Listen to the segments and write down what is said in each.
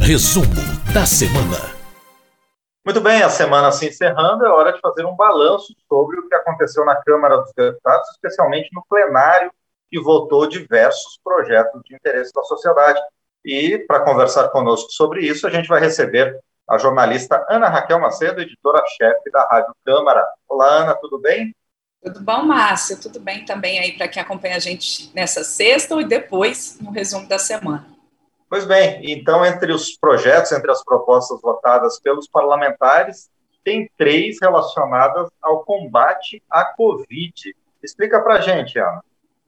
Resumo da semana. Muito bem, a semana se encerrando, é hora de fazer um balanço sobre o que aconteceu na Câmara dos Deputados, especialmente no plenário, que votou diversos projetos de interesse da sociedade. E, para conversar conosco sobre isso, a gente vai receber a jornalista Ana Raquel Macedo, editora-chefe da Rádio Câmara. Olá, Ana, tudo bem? Tudo bom, Márcio? Tudo bem também aí para quem acompanha a gente nessa sexta e depois no resumo da semana. Pois bem, então, entre os projetos, entre as propostas votadas pelos parlamentares, tem 3 relacionadas ao combate à Covid. Explica para a gente, Ana.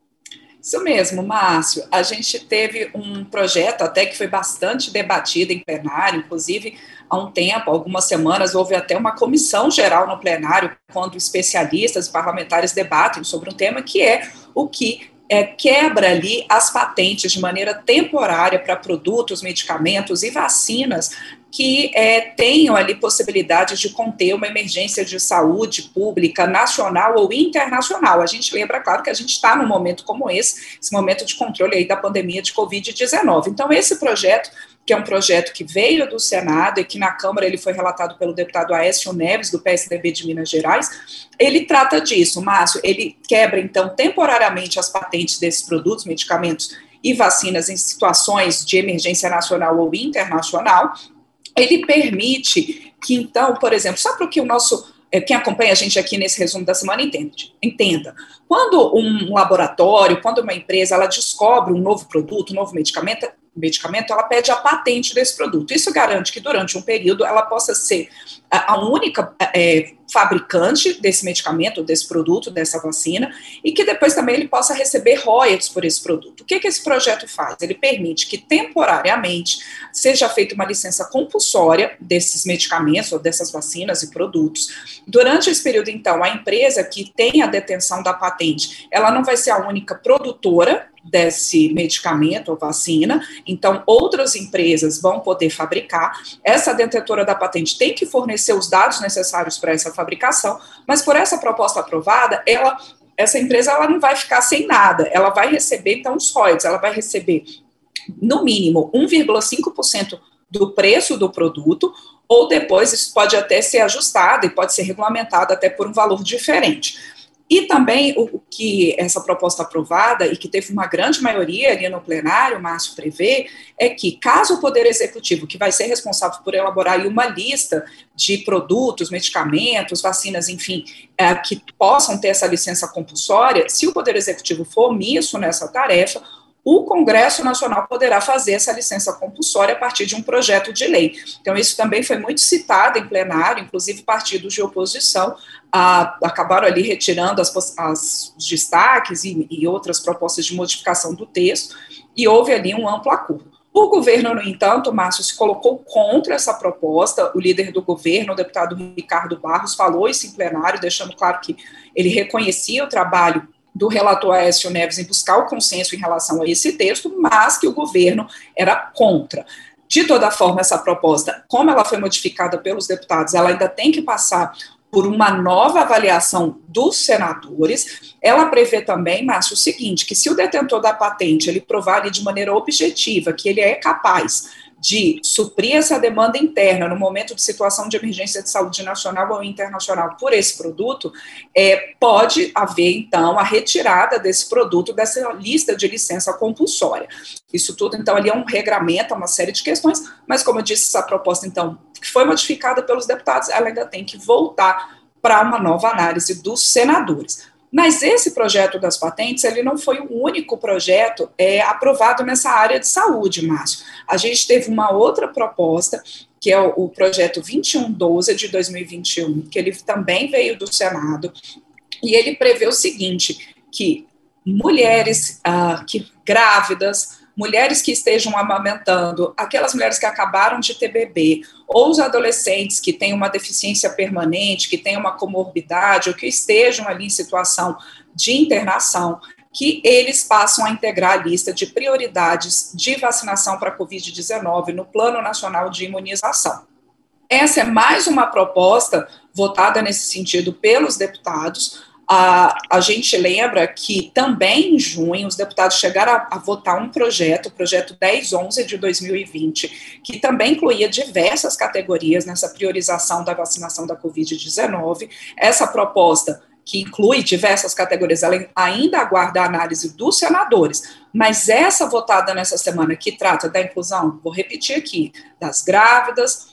Isso mesmo, Márcio. A gente teve um projeto até que foi bastante debatido em plenário, inclusive há um tempo, algumas semanas, houve até uma comissão geral no plenário, quando especialistas e parlamentares debatem sobre um tema que é o que quebra ali as patentes de maneira temporária para produtos, medicamentos e vacinas que tenham ali possibilidade de conter uma emergência de saúde pública nacional ou internacional. A gente lembra, claro, que a gente está num momento como esse momento de controle aí da pandemia de Covid-19. Então, esse projeto, que é um projeto que veio do Senado e que na Câmara ele foi relatado pelo deputado Aécio Neves, do PSDB de Minas Gerais, ele trata disso, Márcio, ele quebra, então, temporariamente as patentes desses produtos, medicamentos e vacinas em situações de emergência nacional ou internacional. Ele permite que, então, por exemplo, só para que o nosso, quem acompanha a gente aqui nesse resumo da semana entenda, quando um laboratório, quando uma empresa, ela descobre um novo produto, um novo medicamento, ela pede a patente desse produto. Isso garante que durante um período ela possa ser a única fabricante desse medicamento, desse produto, dessa vacina, e que depois também ele possa receber royalties por esse produto. O que esse projeto faz? Ele permite que temporariamente seja feita uma licença compulsória desses medicamentos ou dessas vacinas e produtos. Durante esse período, então, a empresa que tem a detenção da patente, ela não vai ser a única produtora desse medicamento ou vacina, então outras empresas vão poder fabricar. Essa detentora da patente tem que fornecer os dados necessários para essa fabricação, mas por essa proposta aprovada, essa empresa ela não vai ficar sem nada, ela vai receber, então, os royalties, ela vai receber, no mínimo, 1,5% do preço do produto, ou depois isso pode até ser ajustado e pode ser regulamentado até por um valor diferente. E também o que essa proposta aprovada, e que teve uma grande maioria ali no plenário, Márcio, prevê, é que caso o Poder Executivo, que vai ser responsável por elaborar aí uma lista de produtos, medicamentos, vacinas, enfim, que possam ter essa licença compulsória, se o Poder Executivo for omisso nessa tarefa, o Congresso Nacional poderá fazer essa licença compulsória a partir de um projeto de lei. Então, isso também foi muito citado em plenário, inclusive partidos de oposição acabaram ali retirando os destaques e outras propostas de modificação do texto, e houve ali um amplo acordo. O governo, no entanto, Márcio, se colocou contra essa proposta. O líder do governo, o deputado Ricardo Barros, falou isso em plenário, deixando claro que ele reconhecia o trabalho do relator Aécio Neves em buscar o consenso em relação a esse texto, mas que o governo era contra. De toda forma, essa proposta, como ela foi modificada pelos deputados, ela ainda tem que passar por uma nova avaliação dos senadores. Ela prevê também, Márcio, o seguinte, que se o detentor da patente ele provar ali de maneira objetiva que ele é capaz de suprir essa demanda interna no momento de situação de emergência de saúde nacional ou internacional por esse produto, pode haver, então, a retirada desse produto dessa lista de licença compulsória. Isso tudo, então, ali é um regramento, uma série de questões, mas, como eu disse, essa proposta, então, que foi modificada pelos deputados, ela ainda tem que voltar para uma nova análise dos senadores. Mas esse projeto das patentes, ele não foi o único projeto aprovado nessa área de saúde, Márcio. A gente teve uma outra proposta, que é o projeto 2112 de 2021, que ele também veio do Senado, e ele prevê o seguinte, que mulheres grávidas, mulheres que estejam amamentando, aquelas mulheres que acabaram de ter bebê, ou os adolescentes que têm uma deficiência permanente, que têm uma comorbidade, ou que estejam ali em situação de internação, que eles passam a integrar a lista de prioridades de vacinação para a Covid-19 no Plano Nacional de Imunização. Essa é mais uma proposta votada nesse sentido pelos deputados. A gente lembra que também em junho os deputados chegaram a votar um projeto, o projeto 1011 de 2020, que também incluía diversas categorias nessa priorização da vacinação da Covid-19. Essa proposta, que inclui diversas categorias, ela ainda aguarda a análise dos senadores, mas essa votada nessa semana que trata da inclusão, vou repetir aqui, das grávidas,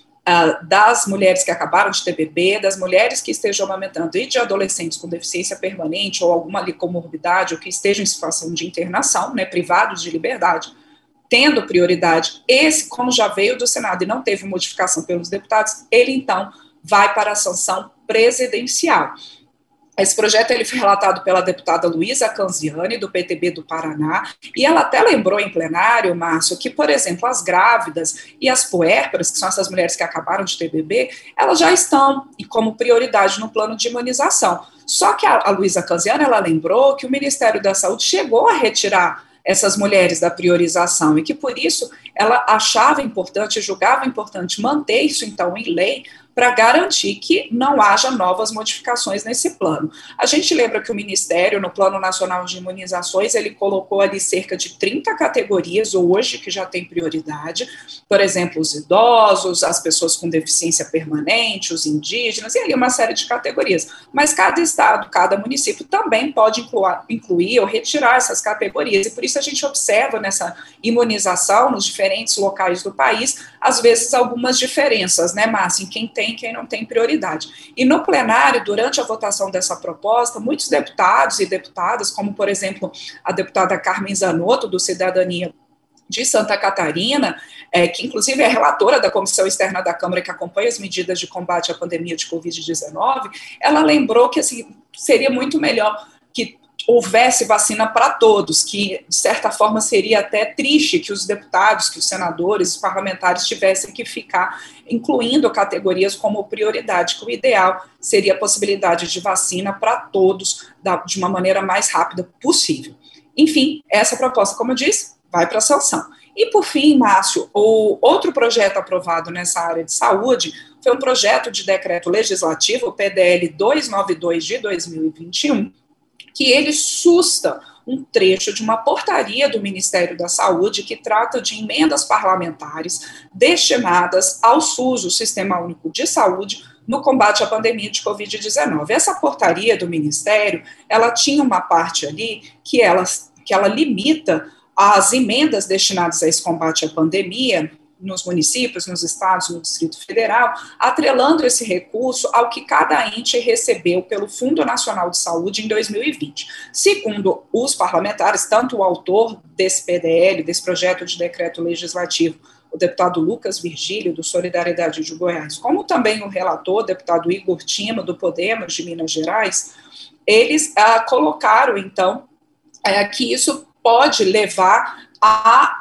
das mulheres que acabaram de ter bebê, das mulheres que estejam amamentando e de adolescentes com deficiência permanente ou alguma comorbidade ou que estejam em situação de internação, né, privados de liberdade, tendo prioridade. Esse, como já veio do Senado e não teve modificação pelos deputados, ele então vai para a sanção presidencial. Esse projeto ele foi relatado pela deputada Luísa Canziani, do PTB do Paraná, e ela até lembrou em plenário, Márcio, que, por exemplo, as grávidas e as puérperas, que são essas mulheres que acabaram de ter bebê, elas já estão como prioridade no plano de imunização. Só que a Luísa Canziani, ela lembrou que o Ministério da Saúde chegou a retirar essas mulheres da priorização e que, por isso, ela achava importante, julgava importante manter isso, então, em lei, para garantir que não haja novas modificações nesse plano. A gente lembra que o Ministério, no Plano Nacional de Imunizações, ele colocou ali cerca de 30 categorias hoje que já tem prioridade, por exemplo, os idosos, as pessoas com deficiência permanente, os indígenas, e ali uma série de categorias. Mas cada estado, cada município também pode incluir ou retirar essas categorias, e por isso a gente observa nessa imunização nos diferentes locais do país, às vezes algumas diferenças, né, Márcia, em quem tem e quem não tem prioridade. E no plenário, durante a votação dessa proposta, muitos deputados e deputadas, como, por exemplo, a deputada Carmen Zanotto, do Cidadania de Santa Catarina, que inclusive é relatora da Comissão Externa da Câmara que acompanha as medidas de combate à pandemia de Covid-19, ela lembrou que assim, seria muito melhor que houvesse vacina para todos, que, de certa forma, seria até triste que os deputados, que os senadores, os parlamentares tivessem que ficar incluindo categorias como prioridade, que o ideal seria a possibilidade de vacina para todos, de uma maneira mais rápida possível. Enfim, essa proposta, como eu disse, vai para a sanção. E, por fim, Márcio, o outro projeto aprovado nessa área de saúde foi um projeto de decreto legislativo, o PDL 292 de 2021, que ele susta um trecho de uma portaria do Ministério da Saúde que trata de emendas parlamentares destinadas ao SUS, o Sistema Único de Saúde, no combate à pandemia de Covid-19. Essa portaria do Ministério, ela tinha uma parte ali que ela limita as emendas destinadas a esse combate à pandemia nos municípios, nos estados, no Distrito Federal, atrelando esse recurso ao que cada ente recebeu pelo Fundo Nacional de Saúde em 2020. Segundo os parlamentares, tanto o autor desse PDL, desse projeto de decreto legislativo, o deputado Lucas Virgílio, do Solidariedade de Goiás, como também o relator, o deputado Igor Tino, do Podemos de Minas Gerais, eles colocaram, então, que isso pode levar a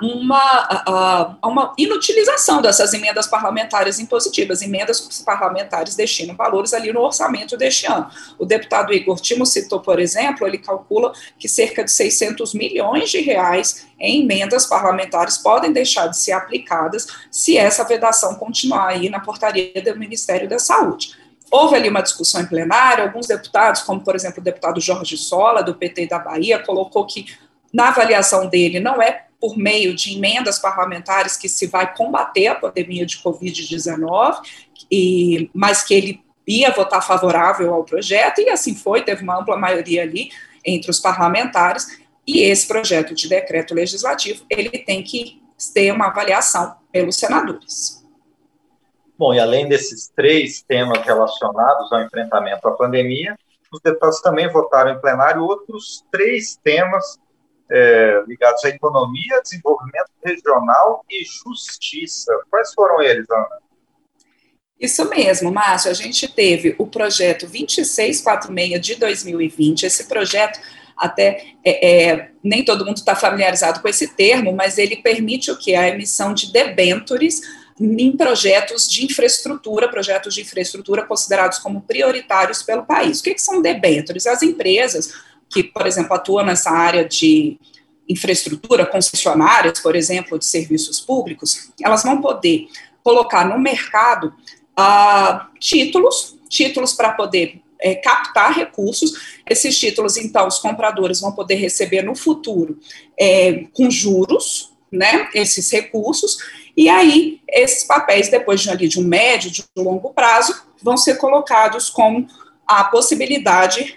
uma inutilização dessas emendas parlamentares impositivas. Emendas parlamentares destinam valores ali no orçamento deste ano. O deputado Igor Timo citou, por exemplo, ele calcula que cerca de 600 milhões de reais em emendas parlamentares podem deixar de ser aplicadas se essa vedação continuar aí na portaria do Ministério da Saúde. Houve ali uma discussão em plenário, alguns deputados, como, por exemplo, o deputado Jorge Sola, do PT da Bahia, colocou que, na avaliação dele, não é por meio de emendas parlamentares que se vai combater a pandemia de Covid-19, mas que ele ia votar favorável ao projeto, e assim foi, teve uma ampla maioria ali entre os parlamentares, e esse projeto de decreto legislativo, ele tem que ter uma avaliação pelos senadores. Bom, e além desses 3 temas relacionados ao enfrentamento à pandemia, os deputados também votaram em plenário outros 3 temas ligados à economia, desenvolvimento regional e justiça. Quais foram eles, Ana? Isso mesmo, Márcio. A gente teve o projeto 2646 de 2020. Esse projeto, até nem todo mundo está familiarizado com esse termo, mas ele permite o quê? A emissão de debêntures em projetos de infraestrutura considerados como prioritários pelo país. O que são debêntures? As empresas que, por exemplo, atuam nessa área de infraestrutura, concessionárias, por exemplo, de serviços públicos, elas vão poder colocar no mercado títulos para poder captar recursos. Esses títulos, então, os compradores vão poder receber no futuro com juros, né, esses recursos, e aí esses papéis, depois de um médio, de um longo prazo, vão ser colocados com a possibilidade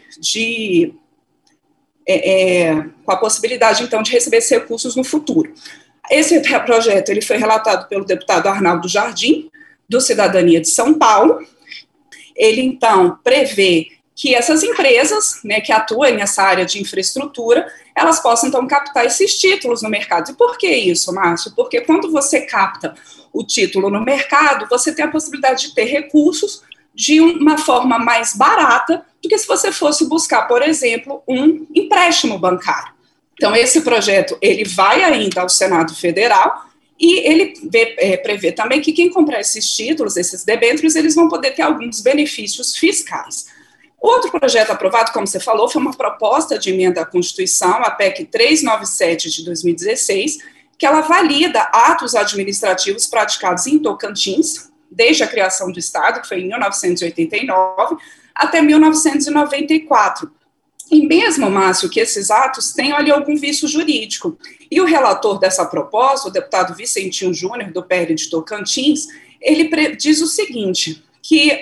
então, de receber esses recursos no futuro. Esse projeto ele foi relatado pelo deputado Arnaldo Jardim, do Cidadania de São Paulo. Ele, então, prevê que essas empresas, né, que atuam nessa área de infraestrutura, elas possam, então, captar esses títulos no mercado. E por que isso, Márcio? Porque quando você capta o título no mercado, você tem a possibilidade de ter recursos de uma forma mais barata do que se você fosse buscar, por exemplo, um empréstimo bancário. Então, esse projeto, ele vai ainda ao Senado Federal e ele prevê também que quem comprar esses títulos, esses debêntures, eles vão poder ter alguns benefícios fiscais. Outro projeto aprovado, como você falou, foi uma proposta de emenda à Constituição, a PEC 397 de 2016, que ela valida atos administrativos praticados em Tocantins, desde a criação do Estado, que foi em 1989, até 1994. E mesmo, Márcio, que esses atos tenham ali algum vício jurídico. E o relator dessa proposta, o deputado Vicentinho Júnior, do PL de Tocantins, ele diz o seguinte, que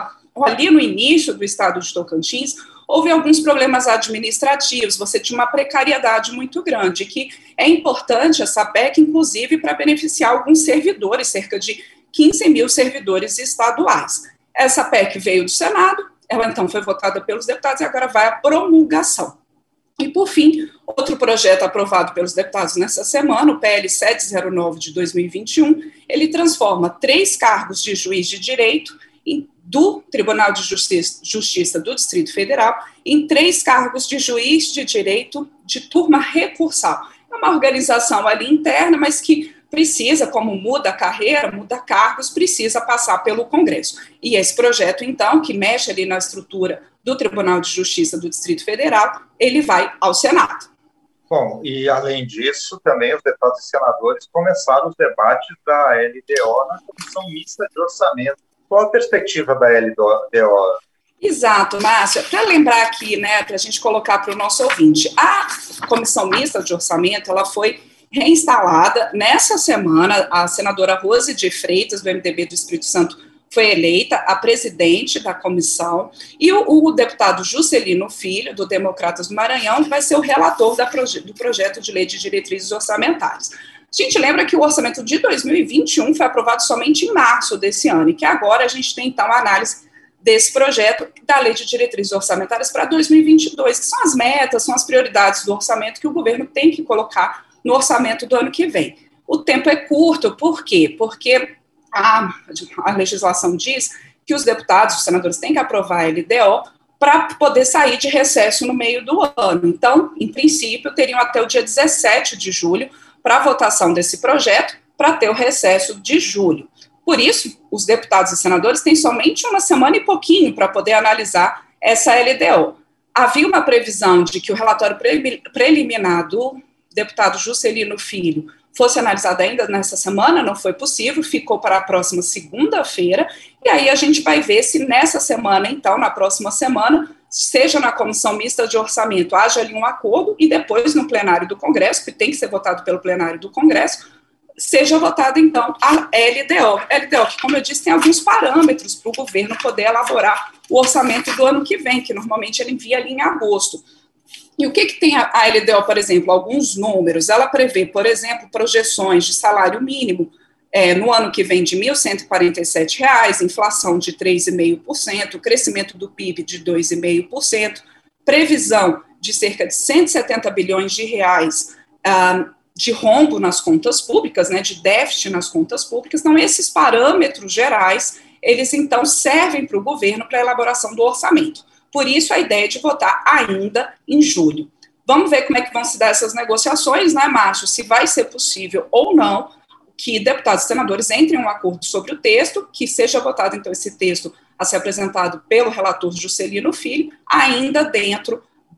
ali no início do estado de Tocantins, houve alguns problemas administrativos, você tinha uma precariedade muito grande, que é importante essa PEC, inclusive, para beneficiar alguns servidores, cerca de 15 mil servidores estaduais. Essa PEC veio do Senado, ela então foi votada pelos deputados e agora vai à promulgação. E, por fim, outro projeto aprovado pelos deputados nessa semana, o PL 709 de 2021, ele transforma 3 cargos de juiz de direito do Tribunal de Justiça do Distrito Federal em 3 cargos de juiz de direito de turma recursal. É uma organização ali interna, mas que precisa, como muda a carreira, muda cargos, precisa passar pelo Congresso. E esse projeto, então, que mexe ali na estrutura do Tribunal de Justiça do Distrito Federal, ele vai ao Senado. Bom, e além disso, também os deputados e senadores começaram os debates da LDO na Comissão Mista de Orçamento. Qual a perspectiva da LDO? Exato, Márcia. Para lembrar aqui, né, para a gente colocar para o nosso ouvinte, a Comissão Mista de Orçamento, ela foi reinstalada nessa semana. A senadora Rose de Freitas, do MDB do Espírito Santo, foi eleita a presidente da comissão, e o deputado Juscelino Filho, do Democratas do Maranhão, vai ser o relator do projeto de lei de diretrizes orçamentárias. A gente lembra que o orçamento de 2021 foi aprovado somente em março desse ano, e que agora a gente tem, então, a análise desse projeto da lei de diretrizes orçamentárias para 2022, que são as metas, são as prioridades do orçamento que o governo tem que colocar no orçamento do ano que vem. O tempo é curto, por quê? Porque a legislação diz que os deputados, os senadores, têm que aprovar a LDO para poder sair de recesso no meio do ano. Então, em princípio, teriam até o dia 17 de julho para a votação desse projeto, para ter o recesso de julho. Por isso, os deputados e senadores têm somente uma semana e pouquinho para poder analisar essa LDO. Havia uma previsão de que o relatório preliminar do deputado Juscelino Filho fosse analisado ainda nessa semana, não foi possível, ficou para a próxima segunda-feira, e aí a gente vai ver se nessa semana, então, na próxima semana, seja na Comissão Mista de Orçamento, haja ali um acordo, e depois no plenário do Congresso, que tem que ser votado pelo plenário do Congresso, seja votada, então, a LDO. LDO, que, como eu disse, tem alguns parâmetros para o governo poder elaborar o orçamento do ano que vem, que normalmente ele envia ali em agosto. E o que tem a LDO, por exemplo? Alguns números. Ela prevê, por exemplo, projeções de salário mínimo no ano que vem de R$ 1.147, inflação de 3,5%, crescimento do PIB de 2,5%, previsão de cerca de 170 bilhões de reais de rombo nas contas públicas, né, de déficit nas contas públicas. Então, esses parâmetros gerais, eles, então, servem para o governo para a elaboração do orçamento. Por isso, a ideia de votar ainda em julho. Vamos ver como é que vão se dar essas negociações, né, Márcio? Se vai ser possível ou não que deputados e senadores entrem em um acordo sobre o texto, que seja votado, então, esse texto a ser apresentado pelo relator Juscelino Filho, ainda dentro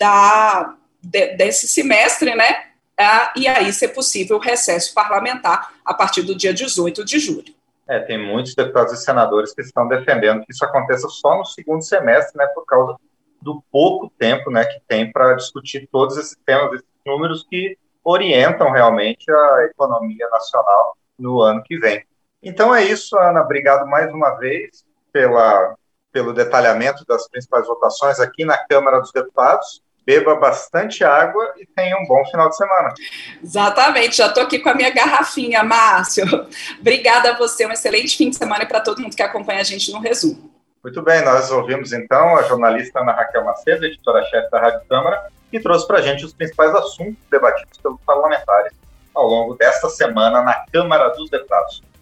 desse semestre, né? E aí ser possível o recesso parlamentar a partir do dia 18 de julho. Tem muitos deputados e senadores que estão defendendo que isso aconteça só no segundo semestre, né, por causa do pouco tempo, né, que tem para discutir todos esses temas, esses números que orientam realmente a economia nacional no ano que vem. Então é isso, Ana. Obrigado mais uma vez pelo detalhamento das principais votações aqui na Câmara dos Deputados. Beba bastante água e tenha um bom final de semana. Exatamente, já estou aqui com a minha garrafinha, Márcio. Obrigada a você, um excelente fim de semana e para todo mundo que acompanha a gente no Resumo. Muito bem, nós ouvimos então a jornalista Ana Raquel Macedo, editora-chefe da Rádio Câmara, que trouxe para a gente os principais assuntos debatidos pelos parlamentares ao longo desta semana na Câmara dos Deputados.